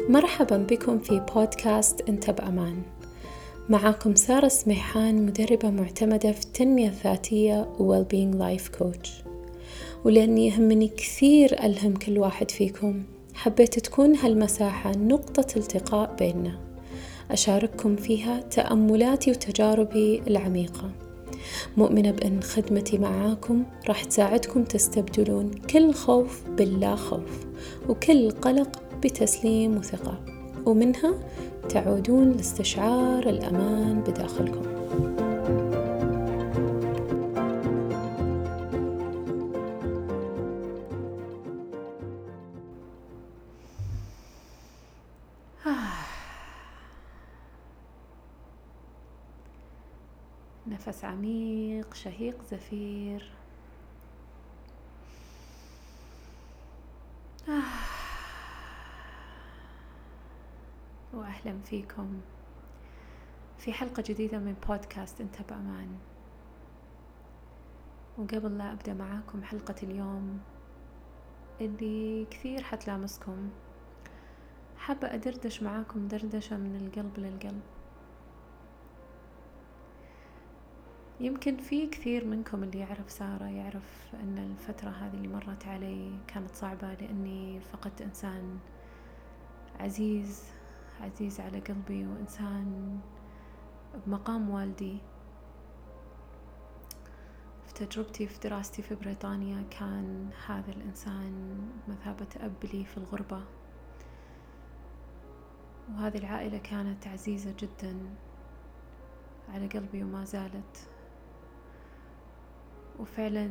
مرحبا بكم في بودكاست أنت بأمان. معاكم سارة سميحان، مدربة معتمدة في التنمية الذاتية و Wellbeing Life Coach. ولأني يهمني كثير ألهم كل واحد فيكم، حبيت تكون هالمساحة نقطة التقاء بيننا، أشارككم فيها تأملاتي وتجاربي العميقة. مؤمنة بأن خدمتي معاكم راح تساعدكم تستبدلون كل خوف باللا خوف، وكل قلق بتسليم وثقة، ومنها تعودون لاستشعار الأمان بداخلكم. نفس عميق، شهيق زفير. وأهلا فيكم في حلقة جديدة من بودكاست أنت بأمان. وقبل لا أبدأ معاكم حلقة اليوم اللي كثير حتلامسكم، حابة أدردش معاكم دردشة من القلب للقلب. يمكن في كثير منكم اللي يعرف سارة يعرف أن الفترة هذه اللي مرت علي كانت صعبة، لأني فقدت إنسان عزيز على قلبي، وإنسان بمقام والدي. في تجربتي في دراستي في بريطانيا كان هذا الإنسان مثابة أب لي في الغربة، وهذه العائلة كانت عزيزة جدا على قلبي وما زالت. وفعلا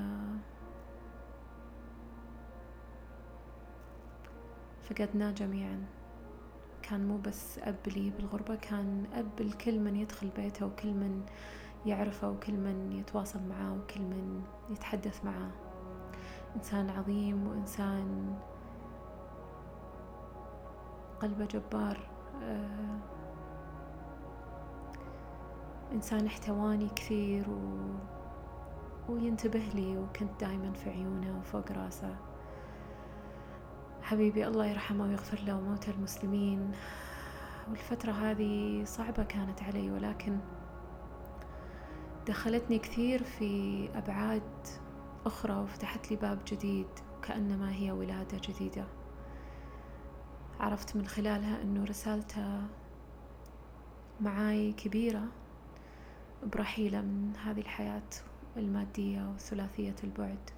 فقدناه جميعا. كان مو بس أب لي بالغربة، كان أب لكل من يدخل بيته، وكل من يعرفه، وكل من يتواصل معه، وكل من يتحدث معه. إنسان عظيم، وإنسان قلبه جبار، إنسان احتواني كثير وينتبه لي، وكنت دايما في عيونه وفوق راسه. حبيبي الله يرحمه ويغفر له وموتى المسلمين. والفترة هذه صعبة كانت علي، ولكن دخلتني كثير في أبعاد أخرى، وفتحت لي باب جديد، كأنما هي ولادة جديدة. عرفت من خلالها أنه رسالته معاي كبيرة برحيلة من هذه الحياة المادية وثلاثية البعد.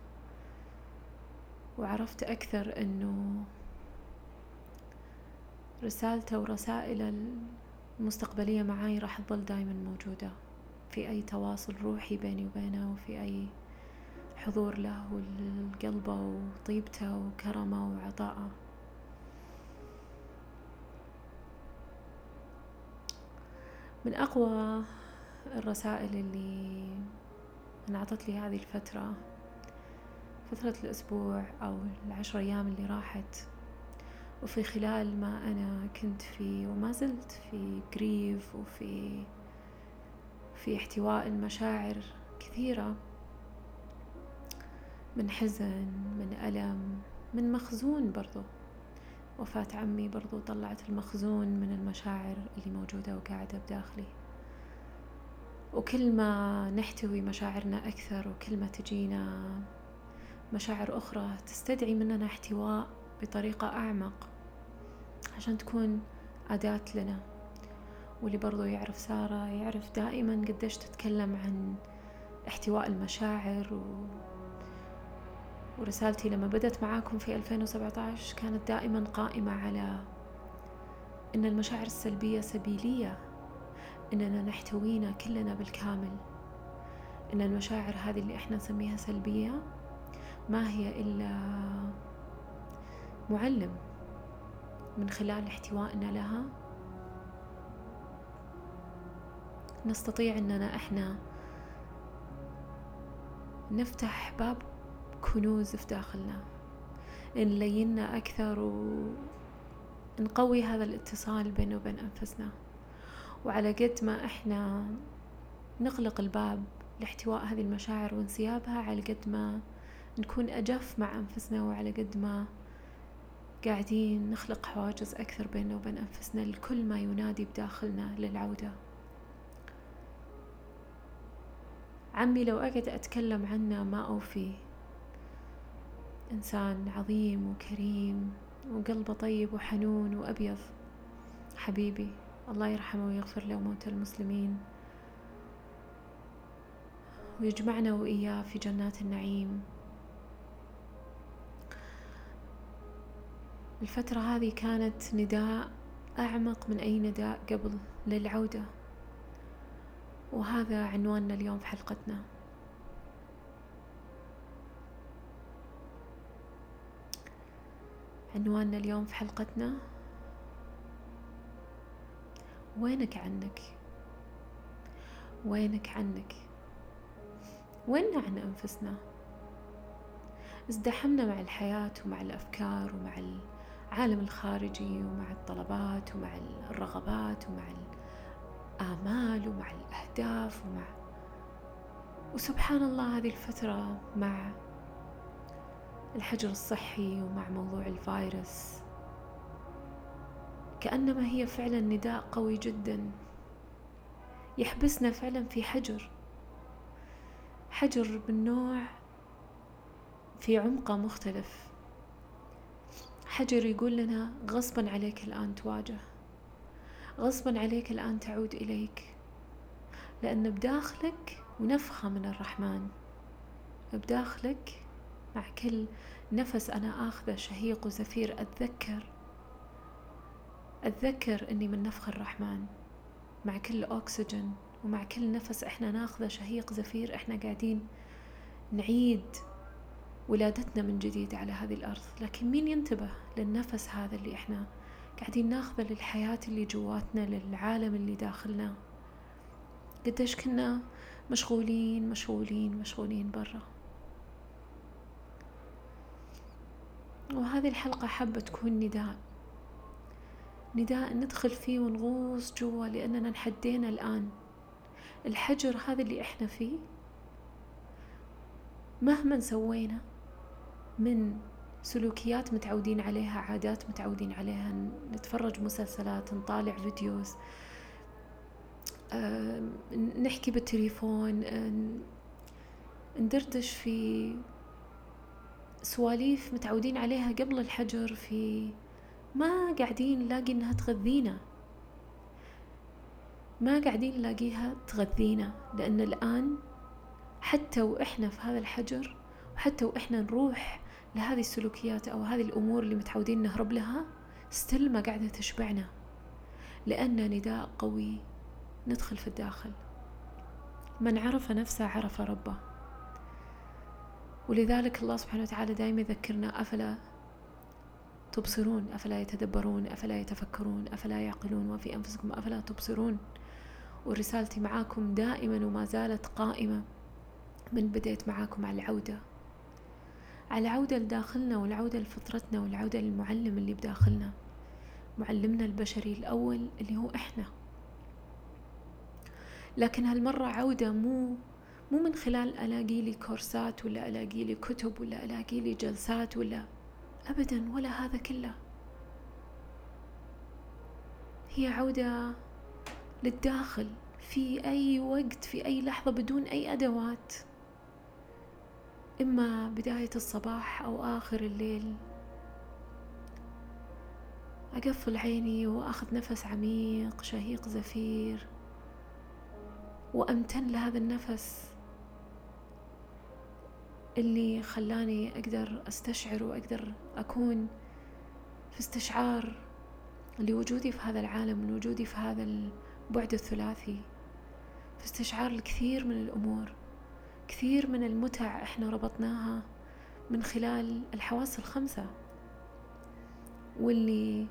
وعرفت أكثر أنه رسالته ورسائل المستقبلية معاي راح تظل دايما موجودة في أي تواصل روحي بيني وبينه، وفي أي حضور له والقلبه وطيبته وكرمه وعطائه. من أقوى الرسائل اللي انعطت لي هذه الفترة، فترة الأسبوع أو 10 أيام اللي راحت، وفي خلال ما أنا كنت في وما زلت في قريف، في احتواء المشاعر كثيرة، من حزن، من ألم، من مخزون. برضو وفاة عمي برضو طلعت المخزون من المشاعر اللي موجودة وقاعدة بداخلي. وكل ما نحتوي مشاعرنا أكثر، وكل ما تجينا مشاعر أخرى تستدعي مننا احتواء بطريقة أعمق عشان تكون أداة لنا. واللي برضو يعرف سارة يعرف دائما قديش تتكلم عن احتواء المشاعر. ورسالتي لما بدأت معاكم في 2017 كانت دائما قائمة على إن المشاعر السلبية سبيلية، إننا نحتوينا كلنا بالكامل، إن المشاعر هذه اللي إحنا نسميها سلبية ما هي إلا معلم. من خلال احتوائنا لها نستطيع إننا إحنا نفتح باب كنوز في داخلنا، نلينا أكثر، ونقوي هذا الاتصال بينه وبين أنفسنا. وعلى قد ما إحنا نغلق الباب لاحتواء هذه المشاعر وانسيابها، على قد ما نكون أجف مع أنفسنا، وعلى قد ما قاعدين نخلق حواجز أكثر بيننا وبين أنفسنا لكل ما ينادي بداخلنا للعودة. عمي لو أقعد أتكلم عنه ما أوفي، إنسان عظيم وكريم وقلبه طيب وحنون وأبيض، حبيبي الله يرحمه ويغفر له وموتى المسلمين ويجمعنا وإياه في جنات النعيم. الفترة هذه كانت نداء أعمق من أي نداء قبل للعودة، وهذا عنواننا اليوم في حلقتنا. عنواننا اليوم في حلقتنا: وينك عنك؟ وينك عنك؟ ويننا عن أنفسنا؟ ازدحمنا مع الحياة ومع الأفكار ومع العالم الخارجي ومع الطلبات ومع الرغبات ومع الآمال ومع الأهداف وسبحان الله هذه الفترة مع الحجر الصحي ومع موضوع الفيروس كأنما هي فعلا نداء قوي جدا يحبسنا فعلا في حجر بالنوع في عمقه مختلف، حجر يقول لنا غصبا عليك الآن تواجه، غصبا عليك الآن تعود إليك، لأن بداخلك نفخة من الرحمن، بداخلك مع كل نفس أنا آخذه شهيق وزفير أتذكر أني من نفخ الرحمن. مع كل أكسجين ومع كل نفس إحنا ناخذه شهيق زفير، إحنا قاعدين نعيد ولادتنا من جديد على هذه الأرض. لكن مين ينتبه للنفس هذا اللي إحنا قاعدين ناخذه، للحياة اللي جواتنا، للعالم اللي داخلنا؟ قديش كنا مشغولين برا. وهذه الحلقة حابة تكون نداء ندخل فيه ونغوص جوا، لأننا انحدينا الآن. الحجر هذا اللي إحنا فيه مهما سوينا من سلوكيات متعودين عليها، عادات متعودين عليها، نتفرج مسلسلات، نطالع فيديوز، نحكي بالتليفون، ندردش في سواليف متعودين عليها قبل الحجر، ما قاعدين نلاقي انها تغذينا، ما قاعدين نلاقيها تغذينا. لأن الآن حتى وإحنا في هذا الحجر، وحتى وإحنا نروح لهذه السلوكيات أو هذه الأمور اللي متعودين نهرب لها، ستيل ما قاعدة تشبعنا، لأن نداء قوي ندخل في الداخل. من عرف نفسه عرف ربه. ولذلك الله سبحانه وتعالى دائما يذكرنا: أفلا تبصرون، أفلا يتدبرون، أفلا يتفكرون، أفلا يعقلون، وفي أنفسكم أفلا تبصرون. ورسالتي معاكم دائما وما زالت قائمة من بديت معاكم على العودة لداخلنا، والعودة لفطرتنا، والعودة للمعلم اللي بداخلنا، معلمنا البشري الأول اللي هو إحنا. لكن هالمرة عودة مو من خلال ألاقي لي كورسات، ولا ألاقي لي كتب، ولا ألاقي لي جلسات، ولا أبدا، ولا هذا كله. هي عودة للداخل في أي وقت، في أي لحظة، بدون أي أدوات، إما بداية الصباح أو آخر الليل. أقفل عيني وأخذ نفس عميق، شهيق زفير، وأمتن لهذا النفس اللي خلاني أقدر أستشعر وأقدر أكون في استشعار لوجودي في هذا العالم، لوجودي في هذا البعد الثلاثي، في استشعار الكثير من الأمور، كثير من المتع إحنا ربطناها من خلال الحواس الخمسة، واللي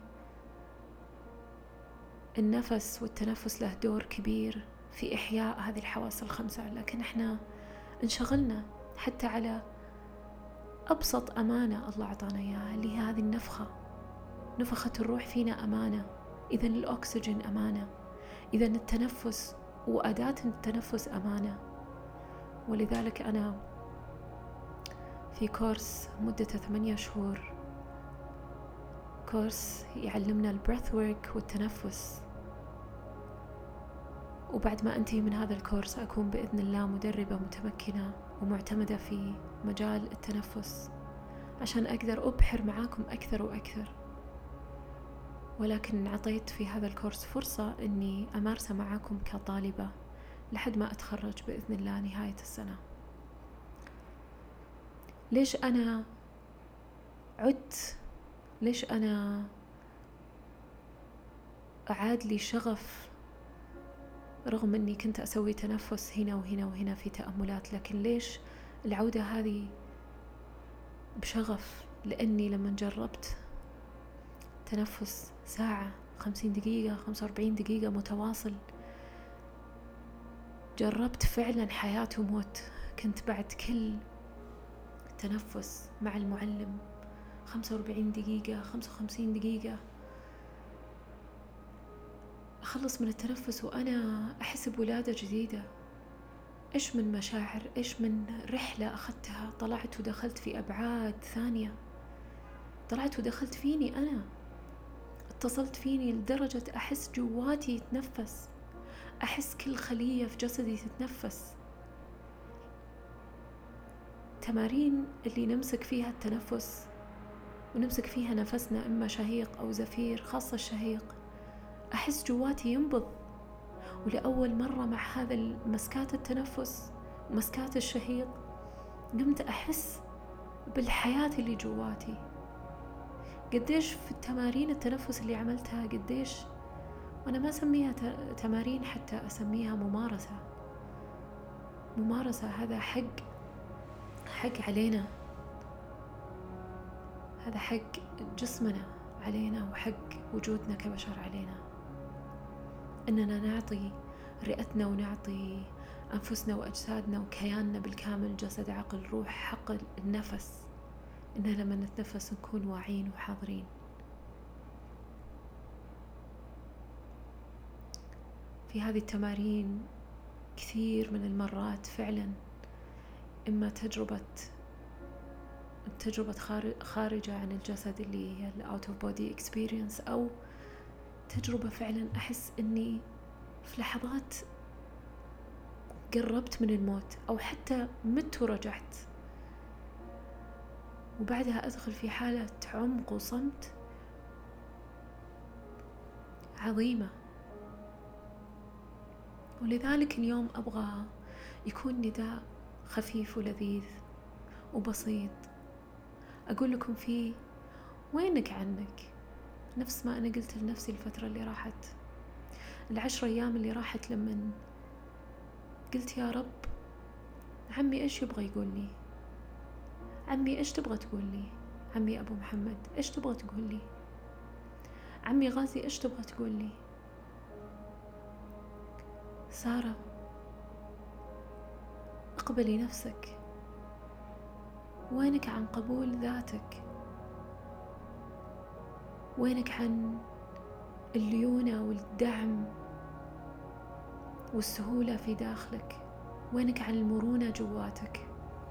النفس والتنفس له دور كبير في إحياء هذه الحواس الخمسة. لكن إحنا انشغلنا حتى على أبسط أمانة الله أعطانا إياها، اللي هي هذه نفخة الروح فينا أمانة، إذا الأكسجين أمانة، إذا التنفس وأداة التنفس أمانة. ولذلك أنا في كورس مدته 8 شهور كورس يعلمنا البريث ورك والتنفس. وبعد ما أنتهي من هذا الكورس أكون بإذن الله مدربة متمكنة ومعتمدة في مجال التنفس عشان أقدر أبحر معاكم أكثر وأكثر. ولكن عطيت في هذا الكورس فرصة أني أمارسه معاكم كطالبة لحد ما أتخرج بإذن الله نهاية السنة. ليش أنا عدت؟ ليش أنا أعاد لي شغف رغم أني كنت أسوي تنفس هنا وهنا وهنا في تأملات؟ لكن ليش العودة هذه بشغف؟ لأني لما جربت تنفس ساعة، 50 دقيقة، 45 دقيقة متواصل، جربت فعلا حياة وموت. كنت بعد كل تنفس مع المعلم 45 دقيقة، 55 دقيقة، أخلص من التنفس وأنا أحس بولادة جديدة. إيش من مشاعر، إيش من رحلة أخذتها. طلعت ودخلت في أبعاد ثانية، طلعت ودخلت فيني أنا، اتصلت فيني لدرجة أحس جواتي يتنفس، أحس كل خلية في جسدي تتنفس. تمارين اللي نمسك فيها التنفس ونمسك فيها نفسنا، إما شهيق أو زفير، خاصة الشهيق، أحس جواتي ينبض. ولأول مرة مع هذا مسكات التنفس ومسكات الشهيق قمت أحس بالحياة اللي جواتي. قديش في التمارين التنفس اللي عملتها، قديش وأنا ما أسميها تمارين، حتى أسميها ممارسة. هذا حق علينا، هذا حق جسمنا علينا وحق وجودنا كبشر علينا، إننا نعطي رئتنا ونعطي أنفسنا وأجسادنا وكياننا بالكامل، جسد عقل روح حق النفس، إننا لما نتنفس نكون واعين وحاضرين. في هذه التمارين كثير من المرات فعلا إما تجربة خارجة عن الجسد اللي هي ال out of body experience، أو تجربة فعلا أحس أني في لحظات قربت من الموت، أو حتى مت ورجعت، وبعدها أدخل في حالة عمق وصمت عظيمة. ولذلك اليوم أبغى يكون نداء خفيف ولذيذ وبسيط، أقول لكم فيه وينك عنك، نفس ما أنا قلت لنفسي الفترة اللي راحت، 10 أيام اللي راحت، لما قلت يا رب عمي إيش يبغى يقول لي، عمي إيش تبغى تقول لي، عمي أبو محمد إيش تبغى تقول لي، عمي غازي إيش تبغى تقول لي، سارة اقبلي نفسك، وينك عن قبول ذاتك، وينك عن الليونة والدعم والسهولة في داخلك، وينك عن المرونة جواتك.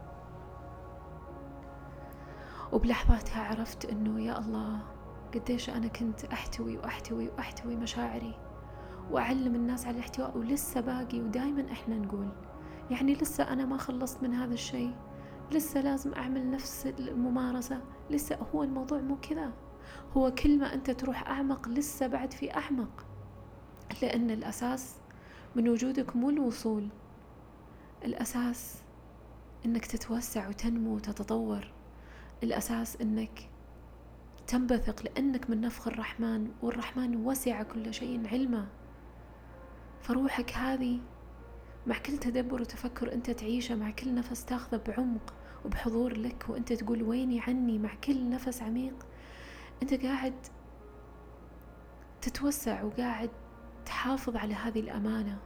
وبلحظاتها عرفت أنه يا الله قديش أنا كنت أحتوي مشاعري وأعلم الناس على الاحتواء، ولسه باقي. ودايما إحنا نقول يعني لسه أنا ما خلصت من هذا الشيء، لسه لازم أعمل نفس الممارسة، لسه. هو الموضوع مو كذا، هو كل ما أنت تروح أعمق لسه بعد في أعمق، لأن الأساس من وجودك مو الوصول، الأساس إنك تتوسع وتنمو وتتطور، الأساس إنك تنبثق، لأنك من نفخ الرحمن، والرحمن وسع كل شيء علما. فروحك هذه مع كل تدبر وتفكر أنت تعيشه، مع كل نفس تاخذه بعمق وبحضور لك، وأنت تقول ويني عني، مع كل نفس عميق أنت قاعد تتوسع وقاعد تحافظ على هذه الأمانة.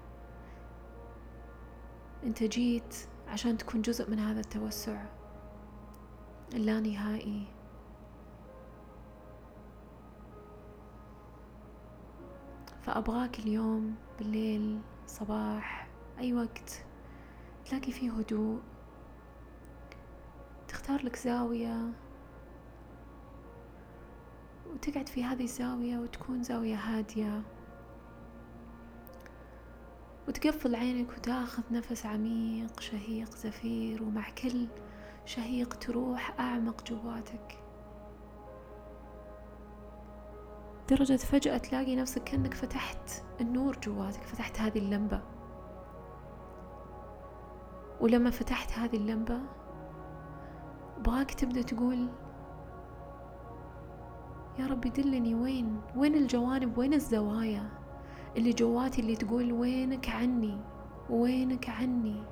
أنت جيت عشان تكون جزء من هذا التوسع اللانهائي. فأبغاك اليوم بالليل، صباح، أي وقت تلاقي فيه هدوء، تختار لك زاوية وتقعد في هذه الزاوية، وتكون زاوية هادية، وتقفل عينك وتاخذ نفس عميق شهيق زفير، ومع كل شهيق تروح أعمق جواتك، درجة فجأة تلاقي نفسك كأنك فتحت النور جواتك، فتحت هذه اللمبة. ولما فتحت هذه اللمبة أبغاك تبدأ تقول يا رب دلني وين الجوانب، وين الزوايا اللي جواتي اللي تقول وينك عني وينك عني.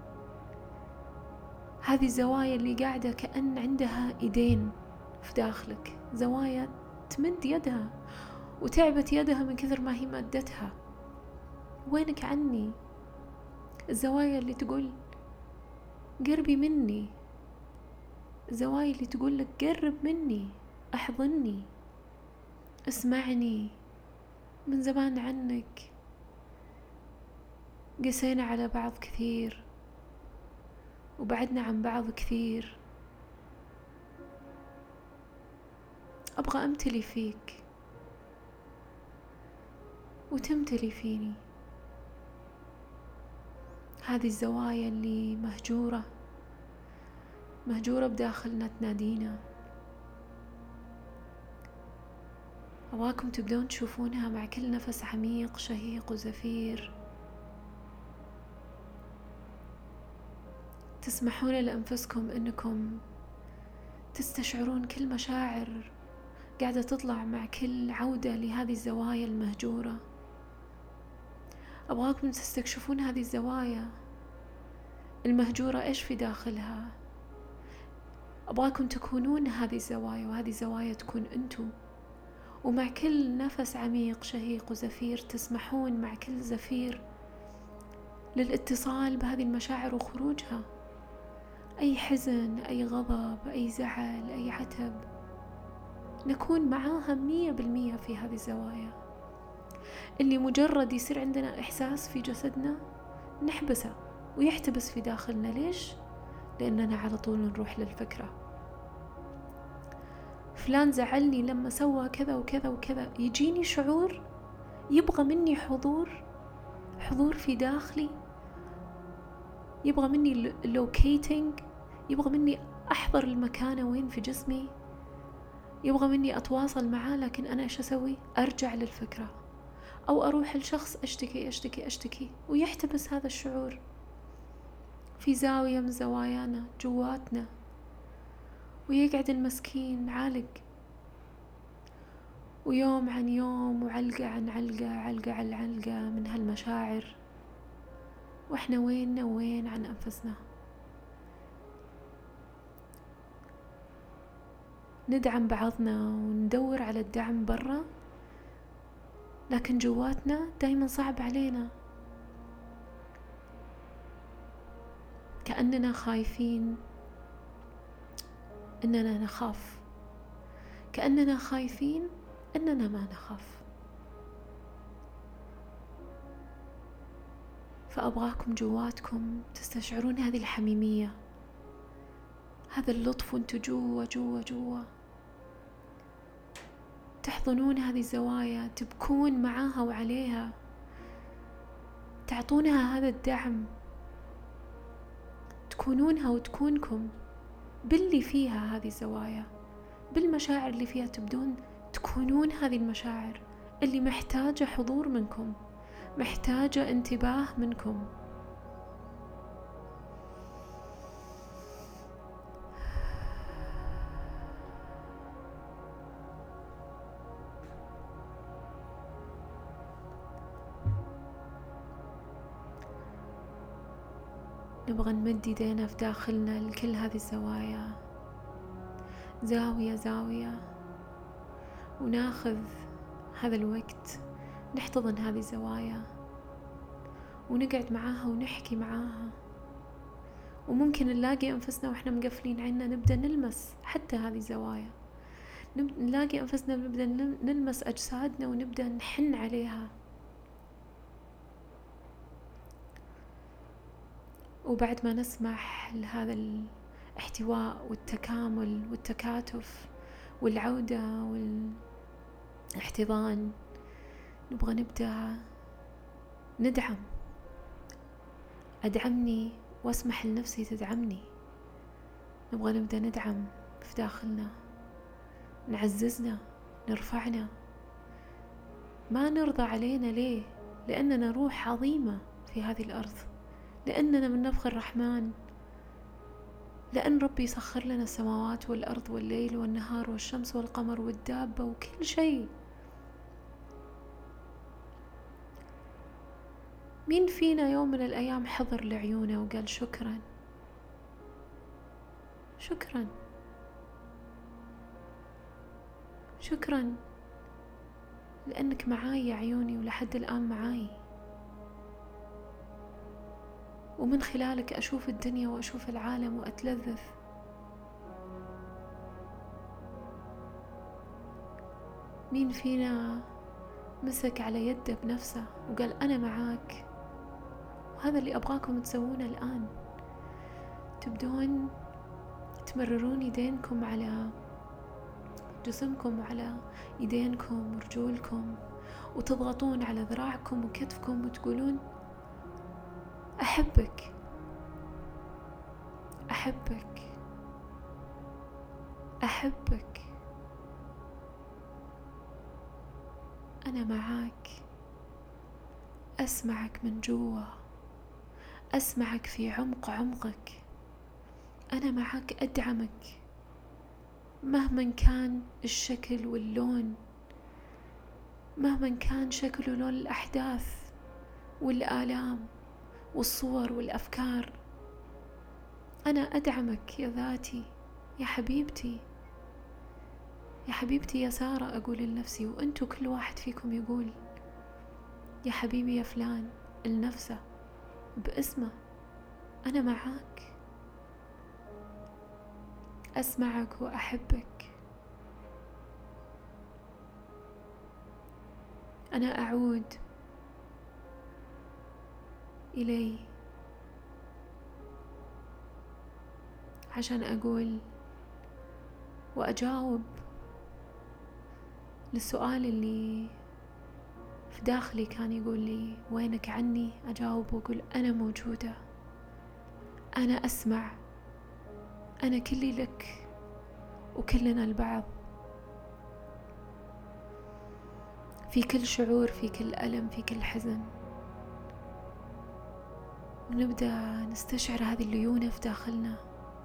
هذه الزوايا اللي قاعدة كأن عندها إيدين في داخلك، زوايا تمد يدها وتعبت يدها من كثر ما هي مادتها. وينك عني؟ الزوايا اللي تقول قربي مني، الزوايا اللي تقول لك قرب مني، احضني، اسمعني، من زمان عنك، قسينا على بعض كثير وبعدنا عن بعض كثير، أبغى أمتلي فيك وتمتلي فيني. هذه الزوايا اللي مهجورة بداخلنا تنادينا، أبغاكم تبدون تشوفونها مع كل نفس عميق شهيق وزفير، تسمحون لأنفسكم أنكم تستشعرون كل مشاعر قاعدة تطلع مع كل عودة لهذه الزوايا المهجورة. أبغاكم تستكشفون هذه الزوايا المهجورة إيش في داخلها. أبغاكم تكونون هذه الزوايا، وهذه الزوايا تكون أنتم. ومع كل نفس عميق شهيق وزفير تسمحون مع كل زفير للاتصال بهذه المشاعر وخروجها. أي حزن، أي غضب، أي زعل، أي عتب، نكون معاها 100% في هذه الزوايا اللي مجرد يصير عندنا إحساس في جسدنا نحبسه ويحتبس في داخلنا. ليش؟ لأننا على طول نروح للفكرة فلان زعلني لما سوى كذا وكذا وكذا، يجيني شعور يبغى مني حضور في داخلي، يبغى مني لوكيتنج، يبغى مني أحضر المكانة وين في جسمي، يبغى مني أتواصل معاه. لكن أنا إيش أسوي؟ أرجع للفكرة أو أروح لشخص أشتكي ويحتبس هذا الشعور في زاوية من زوايانا جواتنا، ويقعد المسكين عالق، ويوم عن يوم وعلقة عن علقة عن علقة من هالمشاعر، وإحنا وين عن أنفسنا. ندعم بعضنا وندور على الدعم برا، لكن جواتنا دايما صعب علينا، كأننا خايفين إننا نخاف، كأننا خايفين إننا ما نخاف. فأبغاكم جواتكم تستشعرون هذه الحميمية، هذا اللطف وانتو جوا تحضنون هذه الزوايا، تبكون معاها وعليها، تعطونها هذا الدعم، تكونونها وتكونكم باللي فيها هذه الزوايا، بالمشاعر اللي فيها. تبدون تكونون هذه المشاعر اللي محتاجة حضور منكم، محتاجة انتباه منكم. نبغى نمد يدينا في داخلنا لكل هذه الزوايا، زاوية، وناخذ هذا الوقت نحتضن هذه الزوايا ونقعد معاها ونحكي معاها. وممكن نلاقي أنفسنا وإحنا مقفلين عنا نبدأ نلمس حتى هذه الزوايا، نلاقي أنفسنا نبدأ نلمس أجسادنا ونبدأ نحن عليها. وبعد ما نسمح لهذا الاحتواء والتكامل والتكاتف والعودة احتضان، نبغى نبدأ ندعم، أدعمني واسمح لنفسي تدعمني. نبغى نبدأ ندعم في داخلنا، نعززنا، نرفعنا، ما نرضى علينا. ليه؟ لأننا روح عظيمة في هذه الأرض، لأننا من نفخ الرحمن، لأن ربي سخر لنا السماوات والأرض والليل والنهار والشمس والقمر والدابة وكل شيء. مين فينا يوم من الأيام حضر لعيونه وقال شكرا شكرا شكرا لأنك معاي يا عيوني، ولحد الآن معاي، ومن خلالك أشوف الدنيا وأشوف العالم وأتلذذ. مين فينا مسك على يده بنفسه وقال أنا معاك؟ وهذا اللي أبغاكم تسوونه الآن، تبدون تمررون يدينكم على جسمكم وعلى يدينكم ورجولكم، وتضغطون على ذراعكم وكتفكم وتقولون أحبك أحبك أحبك، أنا معاك، أسمعك من جوا، أسمعك في عمق عمقك، أنا معاك، أدعمك مهما كان الشكل واللون، مهما كان شكل ولون الأحداث والآلام والصور والأفكار. أنا أدعمك يا ذاتي، يا حبيبتي، يا حبيبتي يا سارة، أقول لنفسي، وأنتوا كل واحد فيكم يقول يا حبيبي يا فلان لنفسه باسمه، أنا معاك، أسمعك وأحبك. أنا أعود إلي عشان أقول وأجاوب للسؤال اللي في داخلي كان يقول لي وينك عني. أجاوب وأقول أنا موجودة، أنا أسمع، أنا كلي لك وكلنا البعض، في كل شعور، في كل ألم، في كل حزن. ونبدأ نستشعر هذه الليونة في داخلنا،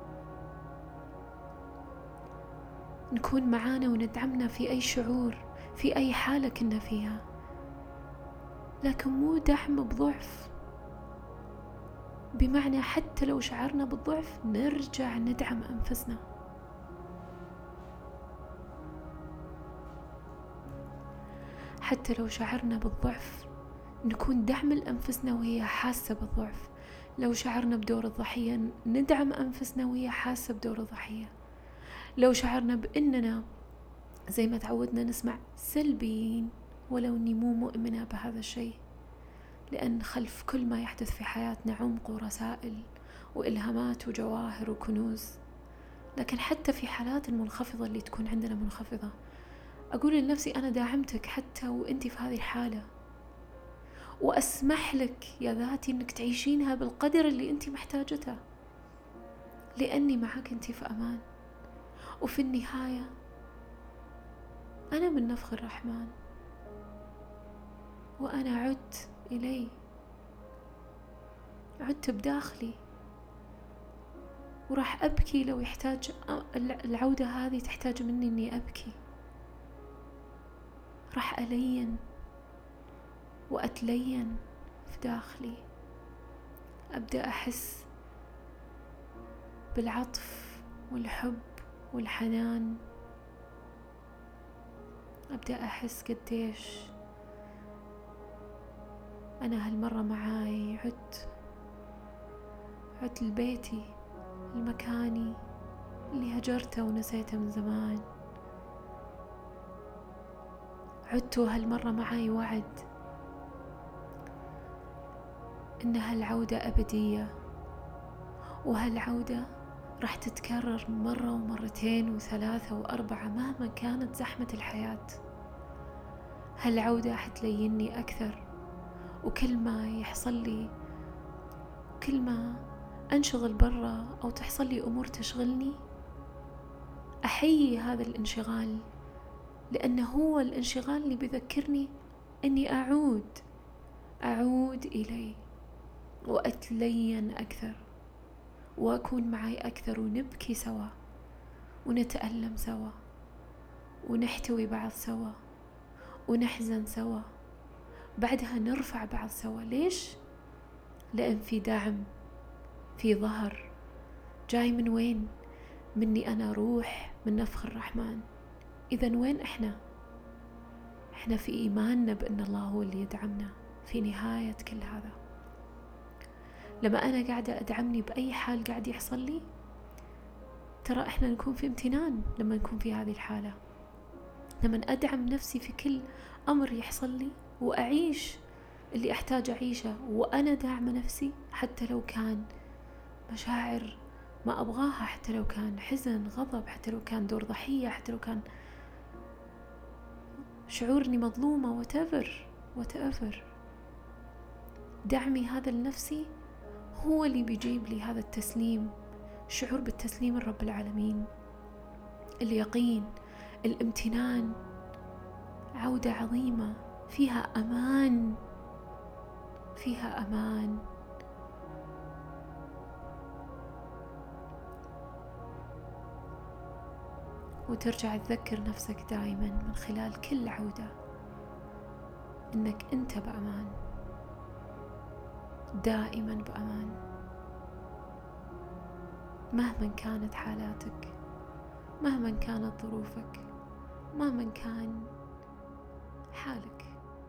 نكون معانا وندعمنا في أي شعور، في أي حالة كنا فيها، لكن مو دعم بضعف، بمعنى حتى لو شعرنا بالضعف نرجع ندعم أنفسنا. حتى لو شعرنا بالضعف نكون دعم لأنفسنا وهي حاسة بالضعف. لو شعرنا بدور الضحية ندعم أنفسنا وهي حاسة بدور الضحية. لو شعرنا بأننا زي ما تعودنا نسمع سلبيين، ولو أني مو مؤمنة بهذا الشيء، لأن خلف كل ما يحدث في حياتنا عمق ورسائل وإلهامات وجواهر وكنوز. لكن حتى في حالات المنخفضة اللي تكون عندنا منخفضة، أقول لنفسي أنا داعمتك حتى وأنتي في هذه الحالة، وأسمح لك يا ذاتي أنك تعيشينها بالقدر اللي أنتي محتاجته، لأني معك، أنتي في أمان. وفي النهاية أنا من نفخ الرحمن، وأنا عدت إلي، عدت بداخلي، وراح أبكي لو يحتاج العودة هذه تحتاج مني أني أبكي. راح ألين وأتلين في داخلي، أبدأ أحس بالعطف والحب والحنان، أبدأ أحس قديش أنا هالمرة معاي، عدت لبيتي، المكاني اللي هجرته ونسيته من زمان. عدت هالمرة معاي وعد إن هالعودة أبدية، وهالعودة راح تتكرر مرة ومرتين وثلاثة وأربعة مهما كانت زحمة الحياة. هالعودة حتليني أكثر. وكل ما يحصل لي، كل ما أنشغل برا أو تحصل لي أمور تشغلني، أحيي هذا الانشغال، لأنه هو الانشغال اللي بيذكرني أني أعود إليه وأتلين أكثر وأكون معي أكثر، ونبكي سوا ونتألم سوا ونحتوي بعض سوا ونحزن سوا، بعدها نرفع بعض سوا. ليش؟ لأن في دعم، في ظهر جاي من وين؟ مني أنا، روح من نفخ الرحمن. إذن وين إحنا في إيماننا بأن الله هو اللي يدعمنا في نهاية كل هذا. لما أنا قاعدة أدعمني بأي حال قاعد يحصل لي، ترى إحنا نكون في امتنان لما نكون في هذه الحالة، لما أدعم نفسي في كل أمر يحصل لي وأعيش اللي أحتاج أعيشه وأنا داعمة نفسي، حتى لو كان مشاعر ما أبغاها، حتى لو كان حزن، غضب، حتى لو كان دور ضحية، حتى لو كان شعورني مظلومة، whatever. دعمي هذا لنفسي هو اللي بيجيب لي هذا التسليم، شعور بالتسليم الرب العالمين، اليقين، الامتنان. عودة عظيمة فيها أمان، وترجع تذكر نفسك دائما من خلال كل عودة إنك أنت بأمان، دائما بأمان، مهما كانت حالاتك، مهما كانت ظروفك، مهما كان حالك.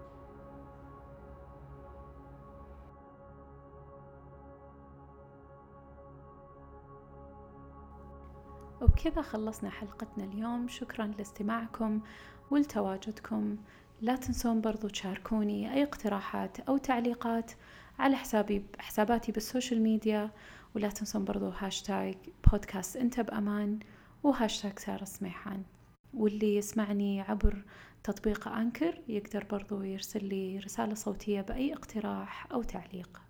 وبكذا خلصنا حلقتنا اليوم. شكرا لاستماعكم ولتواجدكم. لا تنسون برضو تشاركوني أي اقتراحات أو تعليقات على حساباتي بالسوشيال ميديا، ولا تنسون برضو هاشتاج بودكاست أنت بأمان وهاشتاج سارة سميحان. واللي يسمعني عبر تطبيق أنكر يقدر برضو يرسل لي رسالة صوتية بأي اقتراح أو تعليق.